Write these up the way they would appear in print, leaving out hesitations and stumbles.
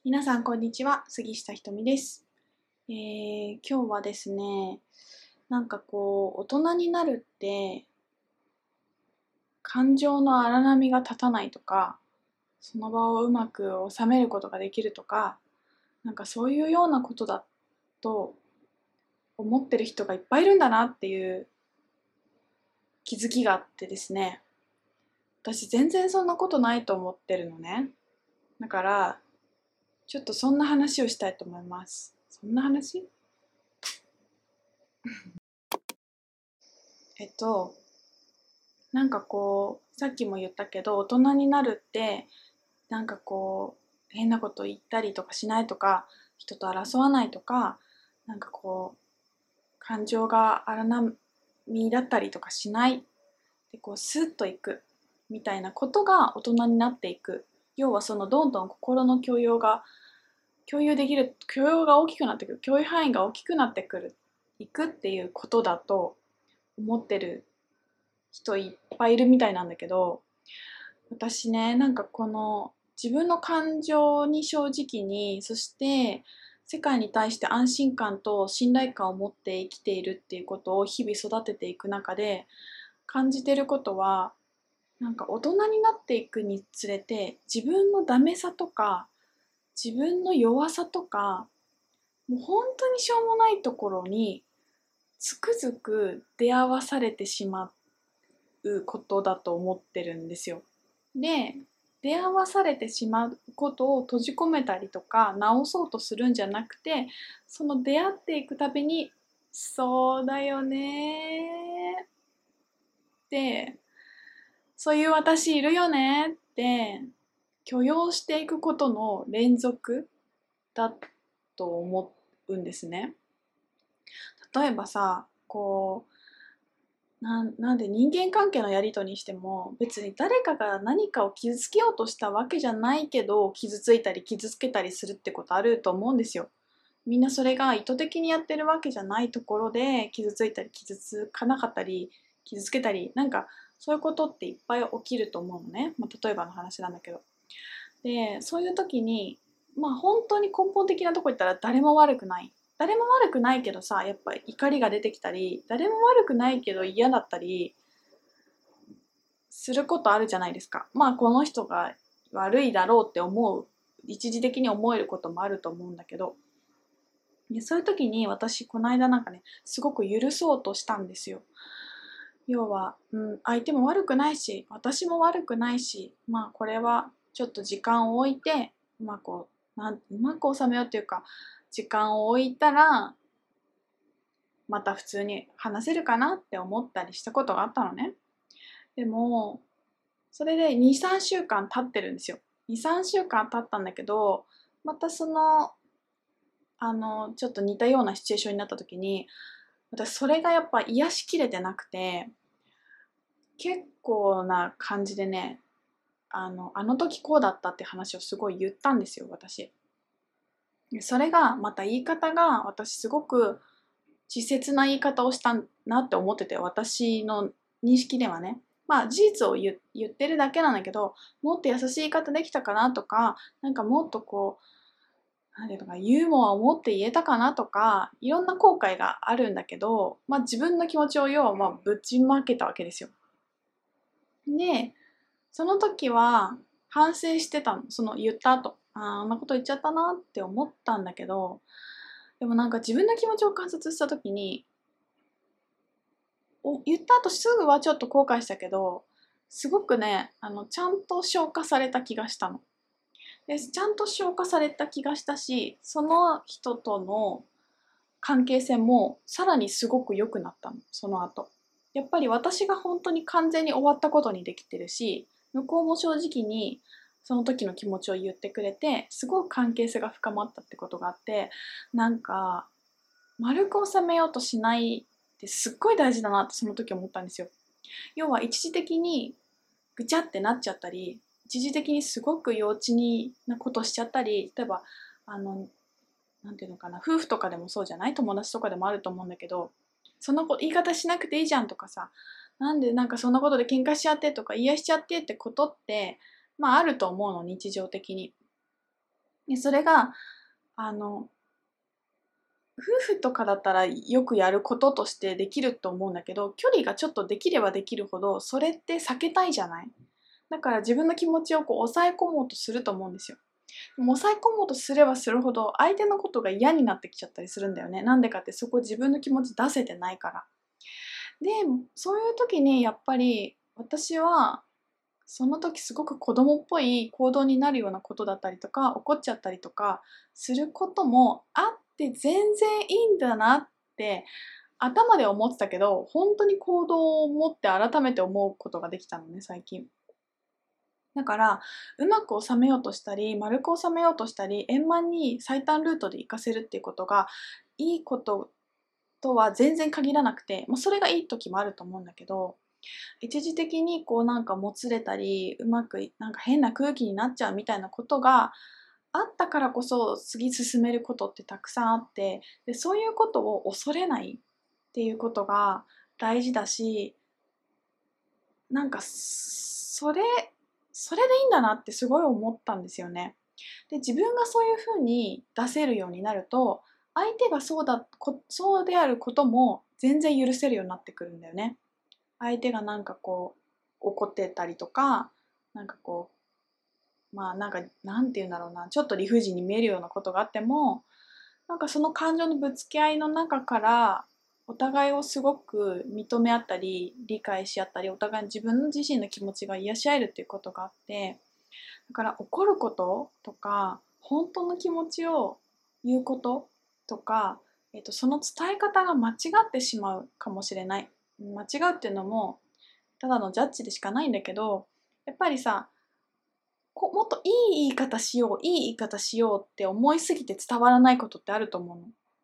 皆さんこんにちは、杉下ひとみです。今日はですね、大人になるって感情の荒波が立たないとか、その場をうまく収めることができるとか、そういうようなことだと思ってる人がいっぱいいるんだなっていう気づきがあってですね、私全然そんなことないと思ってるのね。だから、ちょっとそんな話をしたいと思います。そんな話えっと、さっきも言ったけど、大人になるって、変なこと言ったりとかしないとか、人と争わないとか、感情が荒波だったりとかしない。で、スッといく。みたいなことが大人になっていく。要はどんどん心の共有できる、許容が大きくなってくる、共有範囲が大きくなっていくっていうことだと思ってる人いっぱいいるみたいなんだけど、私ね、自分の感情に正直に、そして世界に対して安心感と信頼感を持って生きているっていうことを日々育てていく中で感じてることは、大人になっていくにつれて自分のダメさとか自分の弱さとか、もう本当にしょうもないところにつくづく出会わされてしまうことだと思ってるんですよ。で、出会わされてしまうことを閉じ込めたりとか直そうとするんじゃなくて、その出会っていくたびにそうだよねってそういう私いるよねって許容していくことの連続だと思うんですね。例えばさ、なんで人間関係のやり取りにしても別に誰かが何かを傷つけようとしたわけじゃないけど傷ついたり傷つけたりするってことあると思うんですよ。みんなそれが意図的にやってるわけじゃないところで傷ついたり傷つかなかったり傷つけたりそういうことっていっぱい起きると思うのね、例えばの話なんだけど。でそういう時に本当に根本的なとこ言ったら誰も悪くないけどさ、やっぱり怒りが出てきたり誰も悪くないけど嫌だったりすることあるじゃないですか。この人が悪いだろうって一時的に思えることもあると思うんだけど、そういう時に私この間すごく許そうとしたんですよ。要は、相手も悪くないし私も悪くないし、これはちょっと時間を置いてうまく収めようっていうか、時間を置いたらまた普通に話せるかなって思ったりしたことがあったのね。でもそれで2、3週間経ってるんですよ。2、3週間経ったんだけど、またちょっと似たようなシチュエーションになった時に、私それがやっぱ癒しきれてなくて、結構な感じでね、あの時こうだったって話をすごい言ったんですよ、私。それがまた言い方が私すごく稚拙な言い方をしたなって思ってて、私の認識ではね。事実を言ってるだけなんだけど、もっと優しい言い方できたかなとか、もっとなんていうのか、ユーモアを持って言えたかなとか、いろんな後悔があるんだけど、自分の気持ちを要はぶちまけたわけですよ。で、その時は反省してたの。言った後、あんなこと言っちゃったなって思ったんだけど、でも自分の気持ちを観察した時に、言った後すぐはちょっと後悔したけど、すごくね、ちゃんと消化された気がしたの。で、ちゃんと消化された気がしたし、その人との関係性もさらにすごく良くなったの、その後。やっぱり私が本当に完全に終わったことにできてるし、向こうも正直にその時の気持ちを言ってくれて、すごく関係性が深まったってことがあって、丸く収めようとしないってすっごい大事だなってその時思ったんですよ。要は一時的にぐちゃってなっちゃったり、一時的にすごく幼稚なことしちゃったり、例えばなんていうのかな、夫婦とかでもそうじゃない、友達とかでもあると思うんだけど、そんな言い方しなくていいじゃんとかさ、なんでそんなことで喧嘩しちゃってとか癒しちゃってってことってあると思うの、日常的に。 でそれが夫婦とかだったらよくやることとしてできると思うんだけど、距離がちょっとできればできるほどそれって避けたいじゃない。だから自分の気持ちを抑え込もうとすると思うんですよ。でも抑え込もうとすればするほど相手のことが嫌になってきちゃったりするんだよね。なんでかってそこ自分の気持ち出せてないから。で、そういう時にやっぱり私はその時すごく子供っぽい行動になるようなことだったりとか、怒っちゃったりとかすることもあって全然いいんだなって頭で思ってたけど、本当に行動を持って改めて思うことができたのね、最近。だから、うまく収めようとしたり、丸く収めようとしたり、円満に最短ルートで活かせるっていうことが、いいこととは全然限らなくて、それがいい時もあると思うんだけど、一時的になんかもつれたり、うまくなんか変な空気になっちゃうみたいなことがあったからこそ、次進めることってたくさんあって、で、そういうことを恐れないっていうことが大事だし、なんかそれでいいんだなってすごい思ったんですよね。で、自分がそういう風に出せるようになると、相手がそうであることも全然許せるようになってくるんだよね。相手がなんか怒ってたりとか、なんかなんか、なんて言うんだろうな、ちょっと理不尽に見えるようなことがあっても、なんかその感情のぶつけ合いの中から、お互いをすごく認め合ったり、理解し合ったり、お互い自分自身の気持ちが癒し合えるっていうことがあって、だから怒ることとか、本当の気持ちを言うこととか、その伝え方が間違ってしまうかもしれない。間違うっていうのも、ただのジャッジでしかないんだけど、やっぱりさ、もっといい言い方しよう、いい言い方しようって思いすぎて伝わらないことってあると思うの。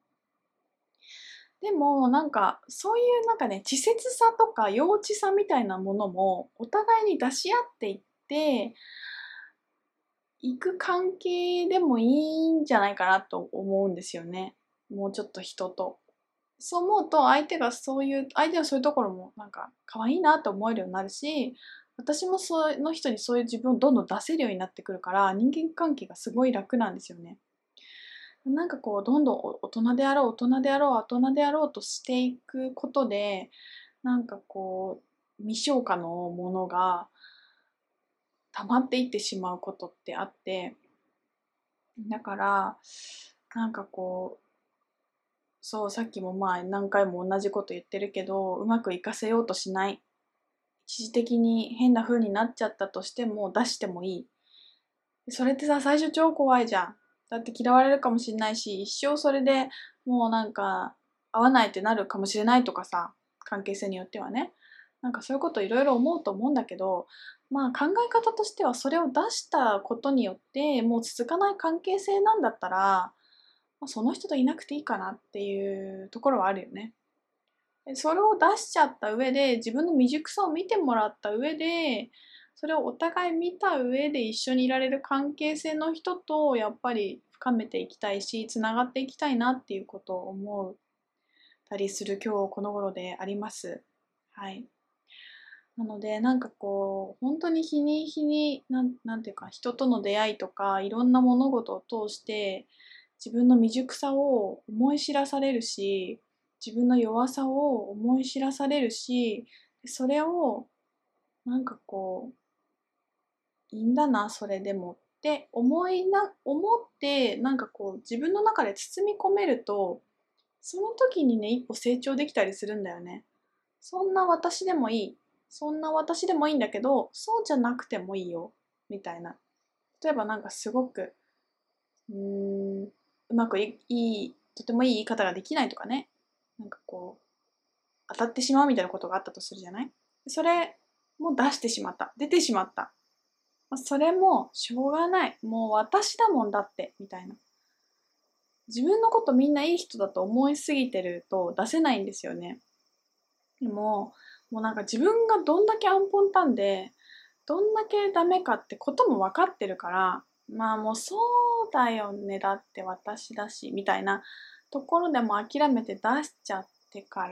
でも、なんか、そういうなんかね、稚拙さとか幼稚さみたいなものも、お互いに出し合っていっていく関係でもいいんじゃないかなと思うんですよね。もうちょっと人と。そう思うと、相手のそういうところもなんか可愛いなと思えるようになるし、私もその人にそういう自分をどんどん出せるようになってくるから、人間関係がすごい楽なんですよね。なんかどんどん大人であろう、大人であろう、大人であろうとしていくことで、なんか未消化のものが溜まっていってしまうことってあって、だから、なんかそう、さっきも何回も同じこと言ってるけど、うまくいかせようとしない。一時的に変な風になっちゃったとしても出してもいい。それってさ、最初超怖いじゃん。だって嫌われるかもしれないし、一生それでもうなんか合わないってなるかもしれないとかさ、関係性によってはね。なんかそういうこといろいろ思うと思うんだけど、考え方としてはそれを出したことによってもう続かない関係性なんだったら、その人といなくていいかなっていうところはあるよね。でそれを出しちゃった上で、自分の未熟さを見てもらった上で、それをお互い見た上で一緒にいられる関係性の人とやっぱり深めていきたいし、つながっていきたいなっていうことを思ったりする今日この頃であります。はい。なので、なんか本当に日に日に、なんていうか、人との出会いとか、いろんな物事を通して、自分の未熟さを思い知らされるし、自分の弱さを思い知らされるし、それを、なんかいいんだな、それでもって思って、なんか自分の中で包み込めると、その時にね、一歩成長できたりするんだよね。そんな私でもいい。そんな私でもいいんだけど、そうじゃなくてもいいよ。みたいな。例えばなんかすごく、うまくとてもいい言い方ができないとかね。なんか当たってしまうみたいなことがあったとするじゃない。それも出してしまった。出てしまった。それもしょうがない。もう私だもんだって。みたいな。自分のことみんないい人だと思いすぎてると出せないんですよね。でも、もうなんか自分がどんだけアンポンタンで、どんだけダメかってことも分かってるから、もうそうだよね、だって私だし、みたいなところでも諦めて出しちゃってから、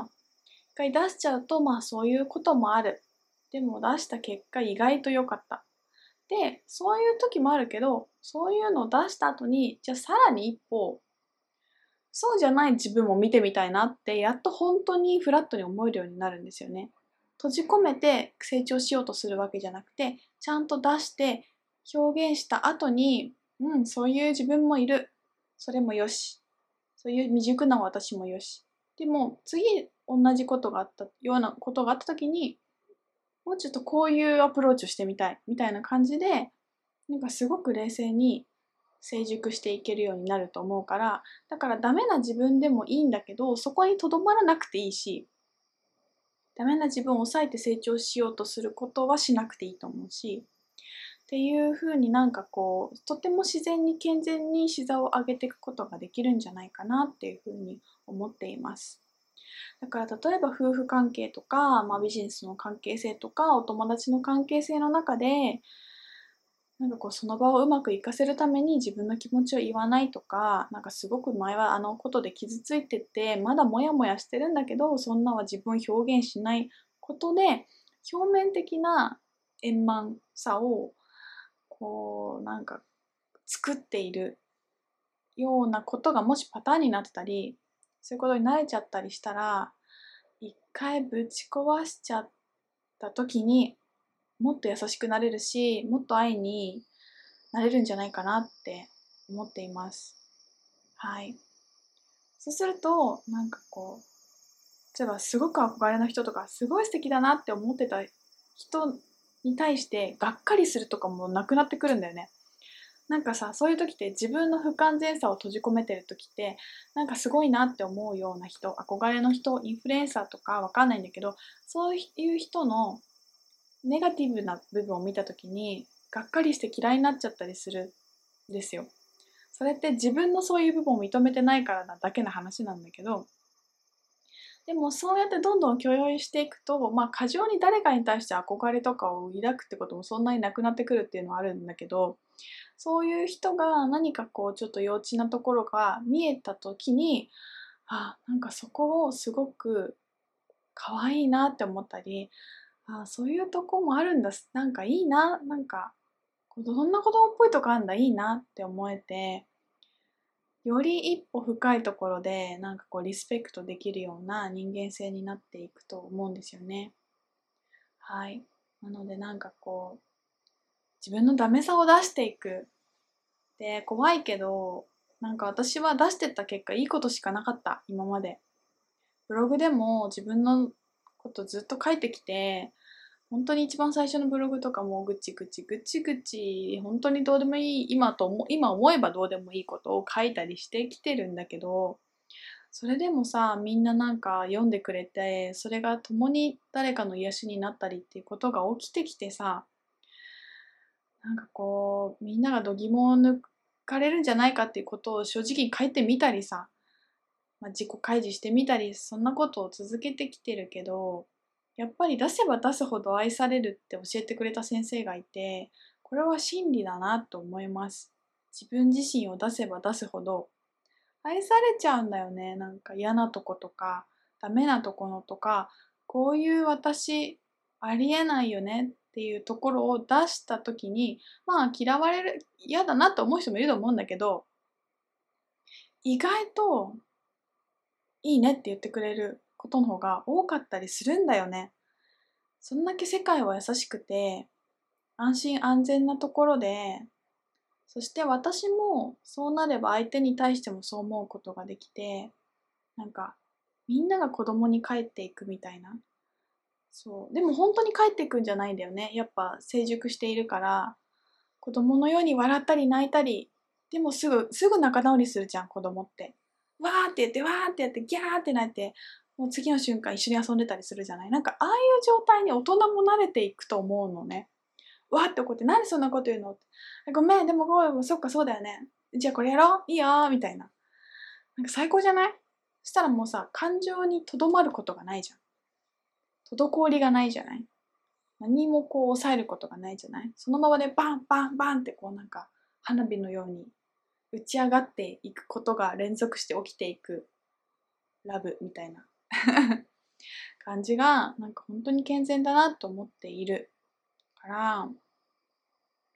一回出しちゃうと、そういうこともある。でも出した結果意外と良かった。っで、そういう時もあるけど、そういうのを出した後に、じゃあさらに一歩、そうじゃない自分も見てみたいなって、やっと本当にフラットに思えるようになるんですよね。閉じ込めて成長しようとするわけじゃなくて、ちゃんと出して表現した後に、そういう自分もいる。それもよし。そういう未熟な私もよし。でも次同じことがあったようなことがあった時に、もうちょっとこういうアプローチをしてみたいみたいな感じで、なんかすごく冷静に成熟していけるようになると思うから、だからダメな自分でもいいんだけど、そこにとどまらなくていいし、ダメな自分を抑えて成長しようとすることはしなくていいと思うし、っていう風になんかこう、とても自然に健全に視座を上げていくことができるんじゃないかなっていう風に思っています。だから例えば夫婦関係とか、ビジネスの関係性とか、お友達の関係性の中で、なんかこうその場をうまく活かせるために自分の気持ちを言わないとか、なんかすごく前はあのことで傷ついてて、まだモヤモヤしてるんだけど、そんなは自分を表現しないことで、表面的な円満さをこうなんか作っているようなことがもしパターンになってたり、そういうことに慣れちゃったりしたら、一回ぶち壊しちゃった時にもっと優しくなれるし、もっと愛になれるんじゃないかなって思っています。はい。そうすると、なんかこう、例えばすごく憧れの人とか、すごい素敵だなって思ってた人に対してがっかりするとかもなくなってくるんだよね。なんかさ、そういう時って自分の不完全さを閉じ込めてる時って、なんかすごいなって思うような人、憧れの人、インフルエンサーとかわかんないんだけど、そういう人のネガティブな部分を見た時に、がっかりして嫌いになっちゃったりするんですよ。それって自分のそういう部分を認めてないからなだけの話なんだけど、でもそうやってどんどん許容していくと、過剰に誰かに対して憧れとかを抱くってこともそんなになくなってくるっていうのはあるんだけど、そういう人が何かこうちょっと幼稚なところが見えた時に、なんかそこをすごく可愛いなって思ったり、そういうとこもあるんだ、なんかいいな、なんか、どんな子供っぽいとこあんだ、いいなって思えて、より一歩深いところで、なんかこうリスペクトできるような人間性になっていくと思うんですよね。はい。なのでなんかこう、自分のダメさを出していく。で、怖いけど、なんか私は出してった結果、いいことしかなかった、今まで。ブログでも自分のことずっと書いてきて、本当に一番最初のブログとかもぐちぐちぐちぐち、本当にどうでもいい、今思えばどうでもいいことを書いたりしてきてるんだけど、それでもさ、みんななんか読んでくれて、それが共に誰かの癒しになったりっていうことが起きてきてさ、なんかこう、みんなが度肝を抜かれるんじゃないかっていうことを正直に書いてみたりさ、自己開示してみたり、そんなことを続けてきてるけど、やっぱり出せば出すほど愛されるって教えてくれた先生がいて、これは真理だなと思います。自分自身を出せば出すほど愛されちゃうんだよね。なんか嫌なとことか、ダメなところとか、こういう私、ありえないよねっていうところを出した時に、嫌われる、嫌だなと思う人もいると思うんだけど、意外といいねって言ってくれることの方が多かったりするんだよね。そんだけ世界は優しくて、安心安全なところで、そして私もそうなれば相手に対してもそう思うことができて、なんか、みんなが子供に帰っていくみたいな。そう。でも本当に帰っていくんじゃないんだよね。やっぱ成熟しているから、子供のように笑ったり泣いたり、でもすぐ仲直りするじゃん、子供って。わーって言って、わーってやって、ギャーってなって、もう次の瞬間一緒に遊んでたりするじゃない。なんかああいう状態に大人も慣れていくと思うのね。わーって怒って、なんでそんなこと言うのって。ごめん、でもそっかそうだよね。じゃあこれやろういいよーみたいな。なんか最高じゃない？そしたらもうさ、感情にとどまることがないじゃん。滞りがないじゃない？何もこう抑えることがないじゃない？そのままでバンバンバンってこうなんか花火のように打ち上がっていくことが連続して起きていくラブみたいな感じがなんか本当に健全だなと思っているから、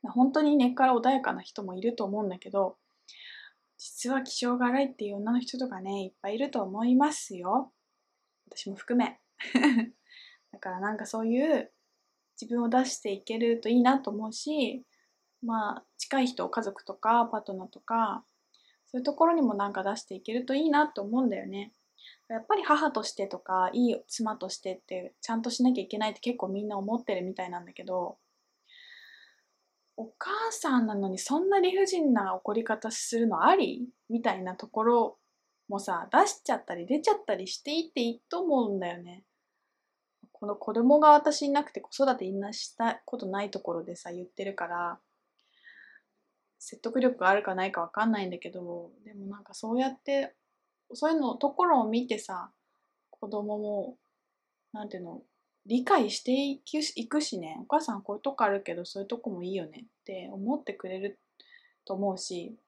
本当に根っから穏やかな人もいると思うんだけど、実は気性が荒いっていう女の人とかね、いっぱいいると思いますよ。私も含め。だからなんかそういう自分を出していけるといいなと思うし、近い人、家族とかパートナーとか、そういうところにもなんか出していけるといいなと思うんだよね。やっぱり母としてとか、いい妻としてってちゃんとしなきゃいけないって結構みんな思ってるみたいなんだけど、お母さんなのにそんな理不尽な怒り方するのありみたいなところもさ、出しちゃったり出ちゃったりしていっていいと思うんだよね。この子供が私いなくて子育てしたことないところでさ、言ってるから、説得力があるかないかわかんないんだけど、でもなんかそうやって、そういうのところを見てさ、子供も、なんていうの、理解していくしね、お母さんこういうとこあるけど、そういうとこもいいよねって思ってくれると思うし、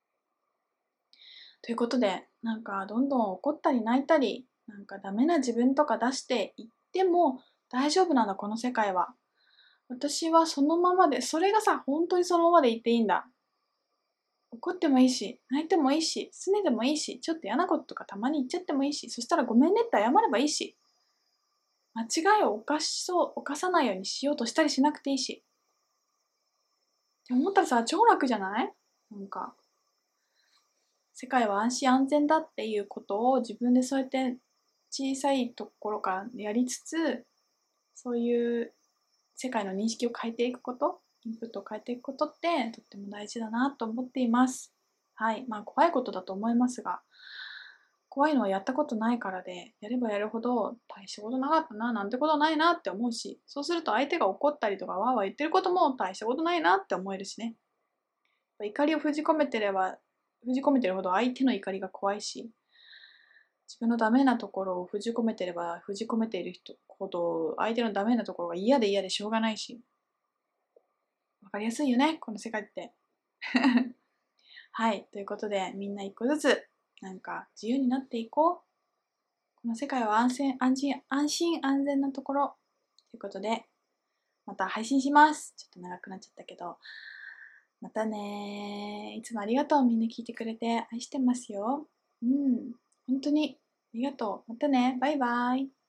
ということで、なんかどんどん怒ったり泣いたり、なんかダメな自分とか出していっても大丈夫なんだ、この世界は。私はそのままで、それがさ、本当にそのままでいていいんだ。怒ってもいいし、泣いてもいいし、拗ねでもいいし、ちょっと嫌なこととかたまに言っちゃってもいいし、そしたらごめんねって謝ればいいし、間違いを犯さないようにしようとしたりしなくていいし。って思ったらさ、超楽じゃない？なんか、世界は安心安全だっていうことを自分でそうやって小さいところからやりつつ、そういう世界の認識を変えていくこと、インプットを変えていくことってとっても大事だなと思っています。はい。怖いことだと思いますが、怖いのはやったことないからで、やればやるほど大したことなかったな、なんてことないなって思うし、そうすると相手が怒ったりとかわーわー言ってることも大したことないなって思えるしね。怒りを封じ込めてるほど相手の怒りが怖いし、自分のダメなところを封じ込めてれば封じ込めている人ほど相手のダメなところが嫌で嫌でしょうがないし、わかりやすいよね、この世界って。はい、ということでみんな一個ずつなんか自由になっていこう。この世界は安心安全なところということで、また配信します。ちょっと長くなっちゃったけど。またね。いつもありがとう。みんな聞いてくれて愛してますよ。うん。本当にありがとう。またね。バイバイ。